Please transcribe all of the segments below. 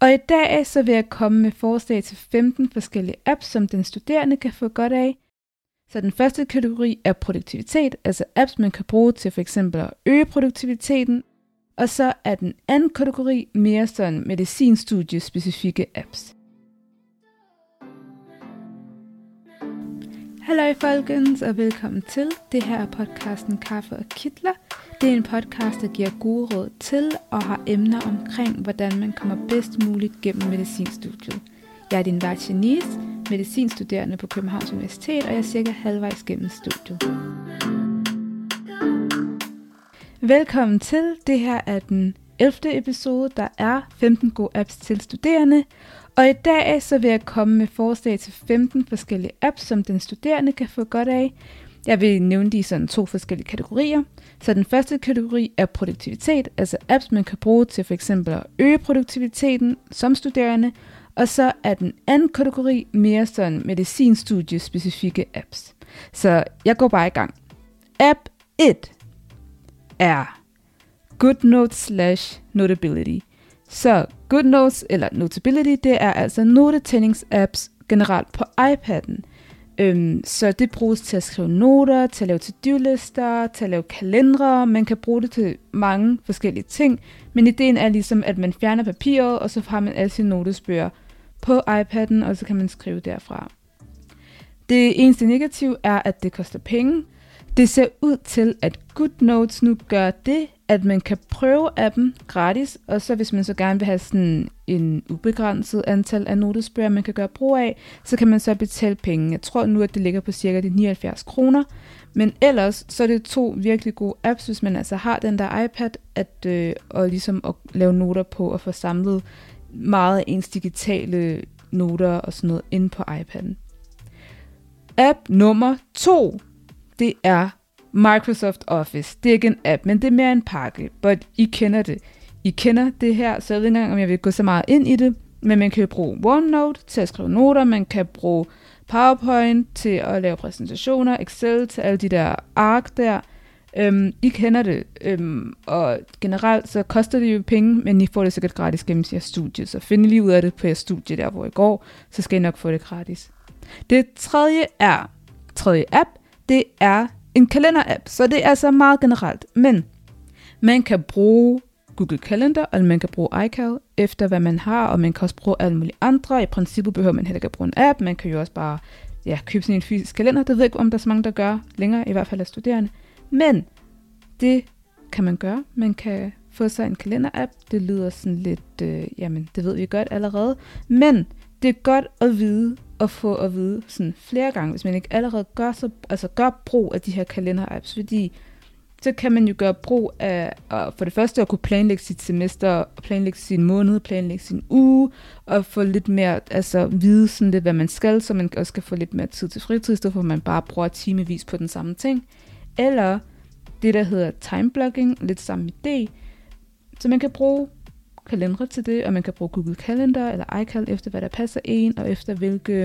Og i dag så vil jeg komme med forslag til 15 forskellige apps, som den studerende kan få godt af. Så den første kategori er produktivitet, altså apps, man kan bruge til for eksempel at øge produktiviteten. Og så er den anden kategori mere sådan medicinstudiespecifikke apps. Halløj folkens, og velkommen til. Det her er podcasten Kaffe og Kitler. Det er en podcast, der giver gode råd til og har emner omkring, hvordan man kommer bedst muligt gennem medicinstudiet. Jeg er din vært Janice, medicinstuderende på Københavns Universitet, og jeg er cirka halvvejs gennem studiet. Velkommen til. Det her er den 11. episode, der er 15 gode apps til studerende. Og i dag så vil jeg komme med forslag til 15 forskellige apps, som den studerende kan få godt af. Jeg vil nævne de i sådan 2 forskellige kategorier. Så den første kategori er produktivitet, altså apps, man kan bruge til for eksempel at øge produktiviteten som studerende. Og så er den anden kategori mere sådan medicinstudiespecifikke apps. Så jeg går bare i gang. App 1 er GoodNotes/Notability. Så GoodNotes eller Notability, det er altså notetagningsapps generelt på iPad'en. Så det bruges til at skrive noter, til at lave to-do-lister, til at lave kalendere. Man kan bruge det til mange forskellige ting, men ideen er ligesom, at man fjerner papiret, og så har man alle sine notesbøger på iPad'en, og så kan man skrive derfra. Det eneste negative er, at det koster penge. Det ser ud til, at GoodNotes nu gør det, at man kan prøve appen gratis, og så hvis man så gerne vil have sådan en ubegrænset antal af notesbøger, man kan gøre brug af, så kan man så betale penge. Jeg tror nu, at det ligger på cirka de 79 kroner, men ellers så er det 2 virkelig gode apps, hvis man altså har den der iPad, og ligesom at lave noter på og få samlet meget af ens digitale noter og sådan noget inde på iPad'en. App nummer 2, det er Microsoft Office. Det er ikke en app, men det er mere en pakke. But I kender det. I kender det her, så jeg ved ikke engang, om jeg vil gå så meget ind i det. Men man kan bruge OneNote til at skrive noter. Man kan bruge PowerPoint til at lave præsentationer. Excel til alle de der ark der. I kender det. Og generelt så koster det jo penge, men I får det sikkert gratis gennem jeres studie. Så find lige ud af det på jeres studie der, hvor I går. Så skal I nok få det gratis. Det tredje app, det er en kalender-app, så det er altså meget generelt. Men man kan bruge Google Calendar, eller man kan bruge iCal, efter hvad man har, og man kan også bruge alle mulige andre. I princippet behøver man heller ikke at bruge en app. Man kan jo også bare købe sådan en fysisk kalender. Det ved jeg ikke, om der er så mange, der gør længere, i hvert fald af studerende. Men det kan man gøre. Man kan få sig en kalender-app. Det lyder sådan lidt, det ved vi godt allerede. Men det er godt at vide, og få at vide sådan flere gange, hvis man ikke allerede gør brug af de her kalender-apps, fordi så kan man jo gøre brug af, for det første at kunne planlægge sit semester, planlægge sin måned, planlægge sin uge, og få lidt mere, vide sådan lidt, hvad man skal, så man også kan få lidt mere tid til fritid, i stedet for at man bare bruger timevis på den samme ting. Eller det, der hedder timeblocking, lidt samme idé, så man kan bruge kalendere til det, og man kan bruge Google Calendar eller iCal efter hvad der passer en, og efter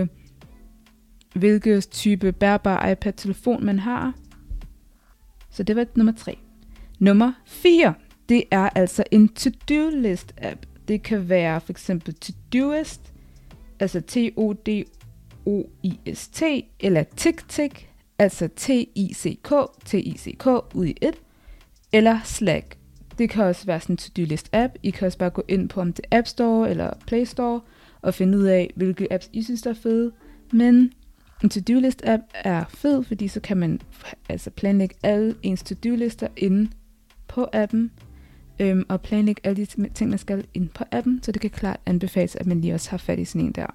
hvilke type bærbar iPad-telefon man har. Så det var nummer 3. Nummer 4, det er altså en to-do-list-app. Det kan være for eksempel Todoist, altså T-O-D-O-I-S-T, eller TickTick, altså T-I-C-K ud i et, eller Slack. Det kan også være sådan en to-do-list-app. I kan også bare gå ind på om det App Store eller Play Store og finde ud af, hvilke apps I synes, der er fede. Men en to-do-list-app er fed, fordi så kan man altså planlægge alle ens to-do-lister inde på appen, og planlægge alle de ting, man skal inde på appen, så det kan klart anbefales, at man lige også har fat i sådan en der.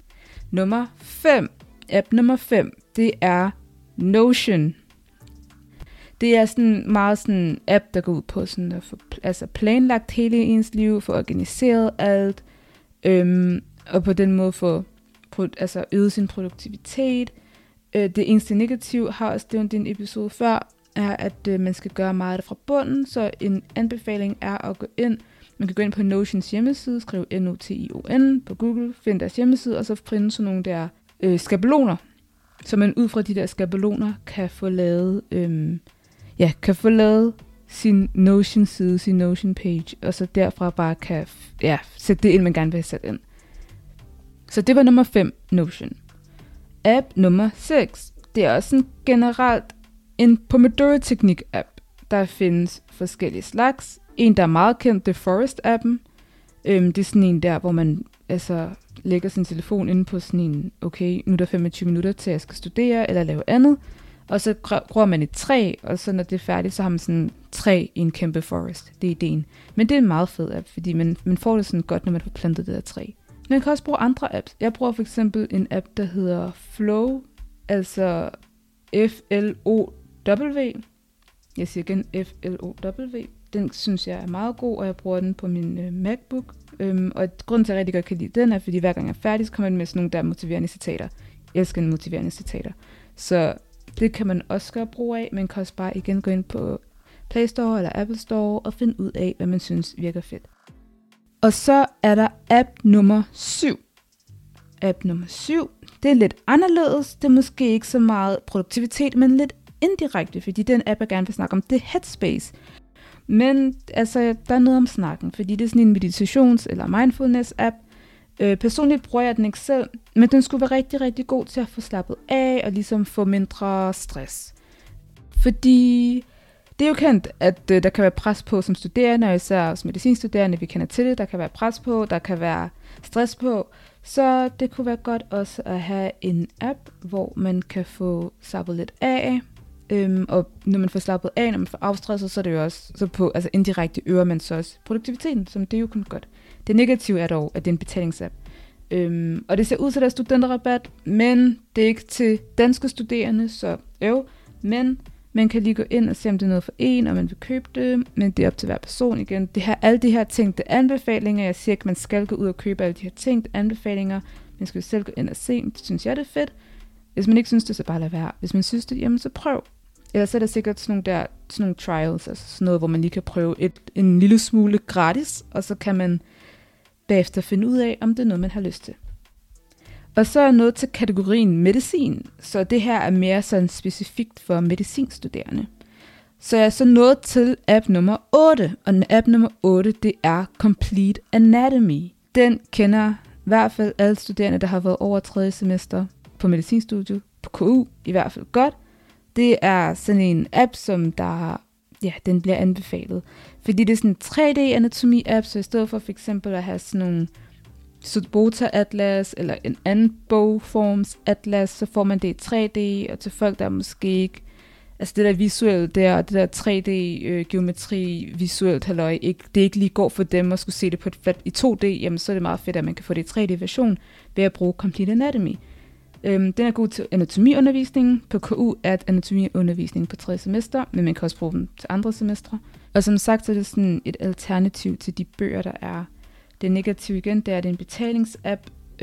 App nummer 5, det er Notion. Det er sådan meget sådan en app, der går ud på sådan at få planlagt hele ens liv, få organiseret alt, og på den måde få øget sin produktivitet. Det eneste negativ, har også nævnt i en episode før, er, at man skal gøre meget af det fra bunden, så en anbefaling er at gå ind. Man kan gå ind på Notions hjemmeside, skrive Notion på Google, finde deres hjemmeside, og så finde sådan nogle der skabeloner, så man ud fra de der skabeloner kan få lavet sin Notion-side, sin Notion-page, og så derfra bare kan sætte det ind, man gerne vil have sat ind. Så det var nummer 5, Notion. App nummer 6, det er også en generelt en Pomodoro-teknik-app. Der findes forskellige slags. En, der er meget kendt, det er Forest-appen. Det er sådan en der, hvor man lægger sin telefon inde på sådan en, okay, nu er der 25 minutter til, at jeg skal studere eller lave andet. Og så gror man et træ, og så når det er færdigt, så har man sådan træ i en kæmpe forest. Det er ideen. Men det er en meget fed app, fordi man får det sådan godt, når man får plantet det der træ. Man kan også bruge andre apps. Jeg bruger for eksempel en app, der hedder Flow, altså F-L-O-W. Jeg siger igen F-L-O-W. Den synes jeg er meget god, og jeg bruger den på min MacBook. Og grunden til, at jeg rigtig godt kan lide den, er, fordi hver gang jeg er færdig, så kommer den med sådan nogle der motiverende citater. Jeg elsker motiverende citater. Så det kan man også gøre brug af. Man kan også bare igen gå ind på Play Store eller Apple Store og finde ud af, hvad man synes virker fedt. Og så er der app nummer 7. App nummer 7, det er lidt anderledes. Det er måske ikke så meget produktivitet, men lidt indirekte, fordi den app, jeg gerne vil snakke om, det er Headspace. Men altså, der er noget om snakken, fordi det er sådan en meditations- eller mindfulness-app. Personligt bruger jeg den ikke selv, men den skulle være rigtig, rigtig god til at få slappet af og ligesom få mindre stress. Fordi det er jo kendt, at der kan være pres på som studerende, og især som medicinstuderende, vi kender til det. Der kan være pres på, der kan være stress på. Så det kunne være godt også at have en app, hvor man kan få slappet lidt af. Og når man får slappet af, når man får afstresset, så er det jo også så på, altså indirekte øger man så også produktiviteten, som det er jo kun godt. Det negative er dog, at det er en betalingsapp. Og det ser ud til, at der er studenterrabat, men det er ikke til danske studerende, så men man kan lige gå ind og se, om det er noget for en, og man vil købe det, men det er op til hver person igen. Alle de her ting, det er anbefalinger. Jeg siger ikke, man skal gå ud og købe alle de her ting, det er anbefalinger. Man skal selv gå ind og se, det synes jeg, det er fedt. Hvis man ikke synes det, så bare lad være. Hvis man synes det, jamen så prøv. Ellers er der sikkert sådan nogle trials, altså sådan noget, hvor man lige kan prøve en lille smule gratis, og så kan man bagefter finde ud af, om det er noget, man har lyst til. Og så er noget til kategorien medicin, så det her er mere sådan specifikt for medicinstuderende. Så jeg er så nået til app nummer 8, og app nummer 8, det er Complete Anatomy. Den kender i hvert fald alle studerende, der har været over 3. semester på medicinstudiet, på KU i hvert fald godt. Det er sådan en app, som den bliver anbefalet. Fordi det er sådan en 3D-anatomi-app, så i stedet for eksempel at have sådan nogle Sudbota-atlas eller en anden bogforms-atlas, så får man det i 3D, og til folk, der måske ikke, altså det der visuelt der, og det der 3D-geometri visuelt halløj, det ikke lige går for dem at skulle se det på et flat i 2D, jamen så er det meget fedt, at man kan få det i 3D-version ved at bruge Complete Anatomy. Den er god til anatomiundervisning. På KU er anatomiundervisning på 3. semester, men man kan også bruge dem til andre semestre. Og som sagt, så er det sådan et alternativ til de bøger, der er. Det negative igen, det er, det er en betalingsapp,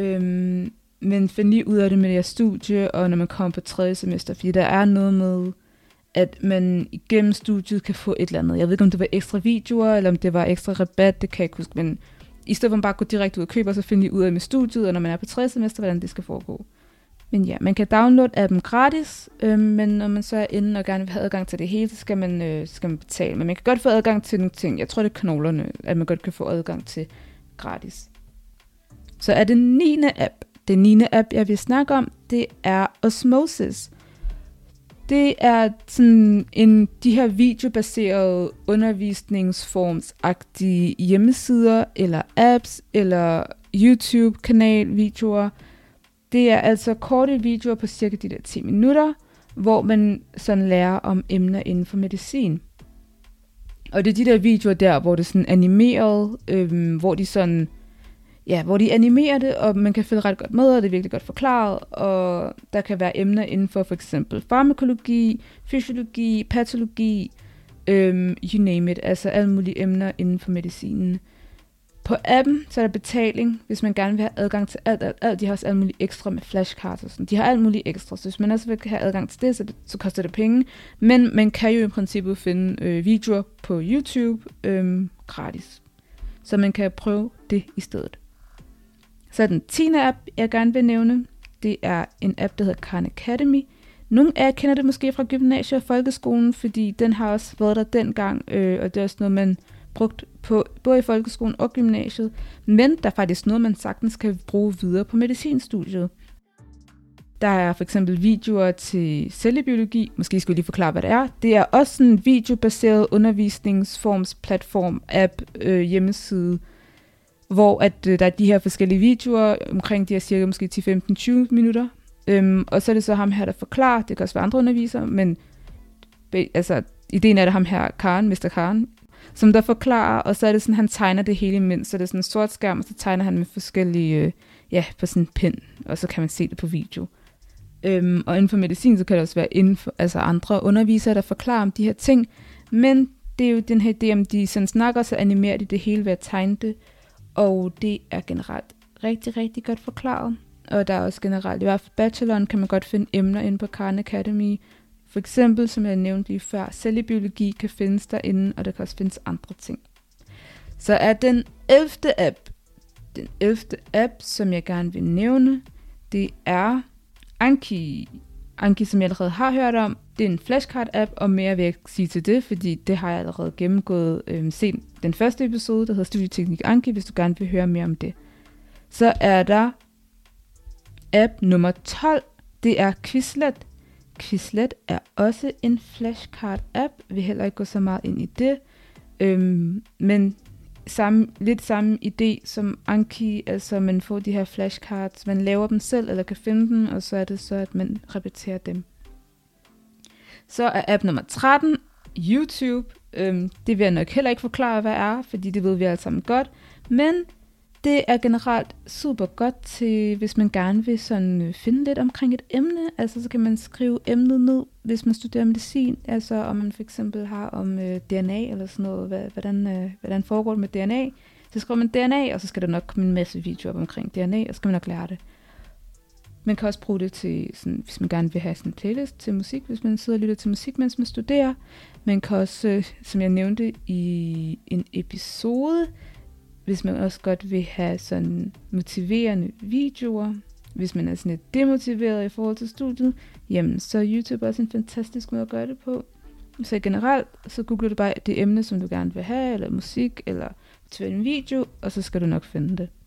men find lige ud af det med jeres studie, og når man kommer på 3. semester, fordi der er noget med, at man igennem studiet kan få et eller andet. Jeg ved ikke, om det var ekstra videoer, eller om det var ekstra rabat, det kan jeg ikke huske, men i stedet for at man bare gå direkte ud og købe, og så finde lige ud af med studiet, og når man er på 3. semester, hvordan det skal foregå. Men ja, man kan downloade appen gratis, men når man så er inde og gerne vil have adgang til det hele, så skal man betale. Men man kan godt få adgang til nogle ting. Jeg tror, det er knoglerne, at man godt kan få adgang til gratis. Så er det 9. app. Den 9. app, jeg vil snakke om, det er Osmosis. Det er sådan de her videobaserede undervisningsformsagtige hjemmesider, eller apps, eller YouTube-kanalvideoer. Det er altså korte videoer på cirka de der 10 minutter, hvor man sådan lærer om emner inden for medicin. Og det er de der videoer der, hvor det er sådan animeret, hvor de animerer det, og man kan følge ret godt med, og det er virkelig godt forklaret, og der kan være emner inden for eksempel farmakologi, fysiologi, patologi, you name it, altså alle mulige emner inden for medicinen. På appen, så er der betaling, hvis man gerne vil have adgang til alt. De har også alt muligt ekstra med flashcards og sådan. De har alt muligt ekstra, så hvis man også vil have adgang til det, så koster det penge. Men man kan jo i princippet finde videoer på YouTube gratis. Så man kan prøve det i stedet. Så den 10. app, jeg gerne vil nævne, det er en app, der hedder Khan Academy. Nogle af jer kender det måske fra gymnasiet og folkeskolen, fordi den har også været der dengang, og det er også noget, man brugt på både i folkeskolen og gymnasiet. Men der er faktisk noget, man sagtens kan bruge videre på medicinstudiet. Der er for eksempel videoer til cellebiologi. Måske skal jeg lige forklare, hvad det er. Det er også en videobaseret undervisningsformsplatform, app, hjemmeside, hvor at der er de her forskellige videoer omkring de her cirka måske 10-15-20 minutter. Og så er det så ham her, der forklarer. Det kan også være andre undervisere, men altså, ideen er det ham her, Karen, Mr. Karen, som der forklarer, og så er det sådan, han tegner det hele imens. Så det er sådan en sort skærm, og så tegner han med forskellige, på sådan en pind, og så kan man se det på video. Og inden for medicin, så kan det også være andre undervisere, der forklarer om de her ting. Men det er jo den her idé, om de sådan snakker, så animerer de det hele ved at tegne det. Og det er generelt rigtig, rigtig godt forklaret. Og der er også generelt, i hvert fald bacheloren, kan man godt finde emner inde på Khan Academy. For eksempel, som jeg nævnte lige før, cellebiologi kan findes derinde, og der kan også findes andre ting. Så er den 11. app, som jeg gerne vil nævne, det er Anki. Anki, som jeg allerede har hørt om, det er en flashcard-app, og mere vil jeg ikke sige til det, fordi det har jeg allerede gennemgået set den første episode, der hedder Studieteknik Anki, hvis du gerne vil høre mere om det. Så er der app nummer 12, det er Quizlet. Quizlet er også en flashcard-app, vi vil heller ikke gå så meget ind i det, men lidt samme idé som Anki, altså man får de her flashcards, man laver dem selv, eller kan finde dem, og så er det så, at man repeterer dem. Så er app nummer 13, YouTube. Det vil jeg nok heller ikke forklare, hvad er, fordi det ved vi alle sammen godt, men det er generelt super godt til, hvis man gerne vil sådan finde lidt omkring et emne. Altså så kan man skrive emnet ned, hvis man studerer medicin. Altså om man for eksempel har om DNA eller sådan noget, hvordan foregår det med DNA. Så skriver man DNA, og så skal der nok komme en masse videoer op omkring DNA, og så skal man nok lære det. Man kan også bruge det til, sådan, hvis man gerne vil have sådan en playlist til musik, hvis man sidder og lytter til musik, mens man studerer. Man kan også, som jeg nævnte i en episode, hvis man også godt vil have sådan motiverende videoer, hvis man er sådan lidt demotiveret i forhold til studiet, jamen så er YouTube også en fantastisk måde at gøre det på. Så generelt, så googler du bare det emne, som du gerne vil have, eller musik, eller motiverende video, og så skal du nok finde det.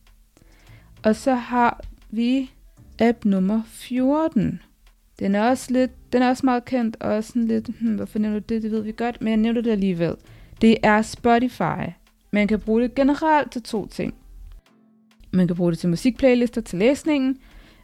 Og så har vi app nummer 14. Den er også meget kendt, og også sådan lidt, hvorfor nævner du det? Det ved vi godt, men jeg nævner det alligevel. Det er Spotify. Man kan bruge det generelt til 2 ting. Man kan bruge det til musikplaylister, til læsningen,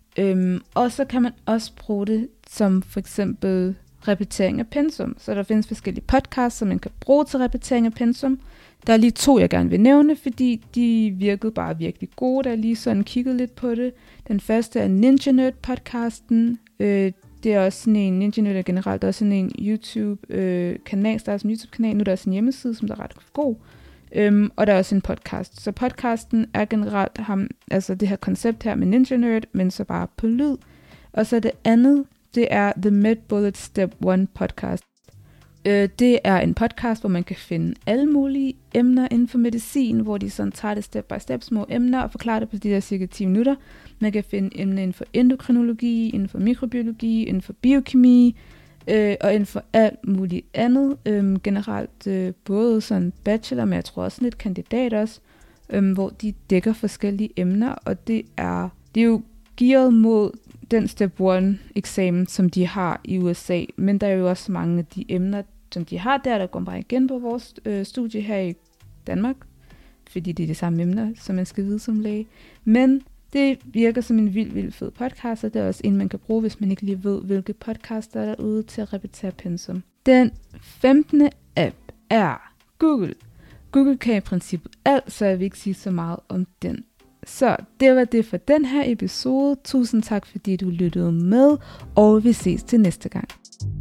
og så kan man også bruge det som for eksempel repetering af pensum. Så der findes forskellige podcasts, som man kan bruge til repetering af pensum. Der er lige 2, jeg gerne vil nævne, fordi de virkede bare virkelig gode, da jeg lige sådan kiggede lidt på det. Den første er Ninja Nerd podcasten. Det er også sådan en, Ninja Nerd er generelt også sådan en YouTube-kanal, der er sådan en YouTube-kanal, nu er der også en hjemmeside, som der er ret god. Og der er også en podcast. Så podcasten er generelt altså det her koncept her med Ninja Nerd, men så bare på lyd. Og så det andet, det er The MedBullet Step 1 podcast. Det er en podcast, hvor man kan finde alle mulige emner inden for medicin, hvor de sådan tager det step by step, små emner, og forklarer det på de der cirka 10 minutter. Man kan finde emner inden for endokrinologi, inden for mikrobiologi, inden for biokemi, og inden for alt muligt andet. Generelt både sådan bachelor, men jeg tror også lidt kandidat også, hvor de dækker forskellige emner, og det er jo gearet mod den step 1 eksamen, som de har i USA, men der er jo også mange af de emner, som de har der går bare igen på vores studie her i Danmark, fordi det er de samme emner, som man skal vide som læge. Men det virker som en vild fed podcast, og det er også en, man kan bruge, hvis man ikke lige ved, hvilke podcaster der er ude til at repetere pensum. Den 15. app er Google. Google kan i princippet alt, så jeg vil ikke sige så meget om den. Så det var det for den her episode. Tusind tak, fordi du lyttede med, og vi ses til næste gang.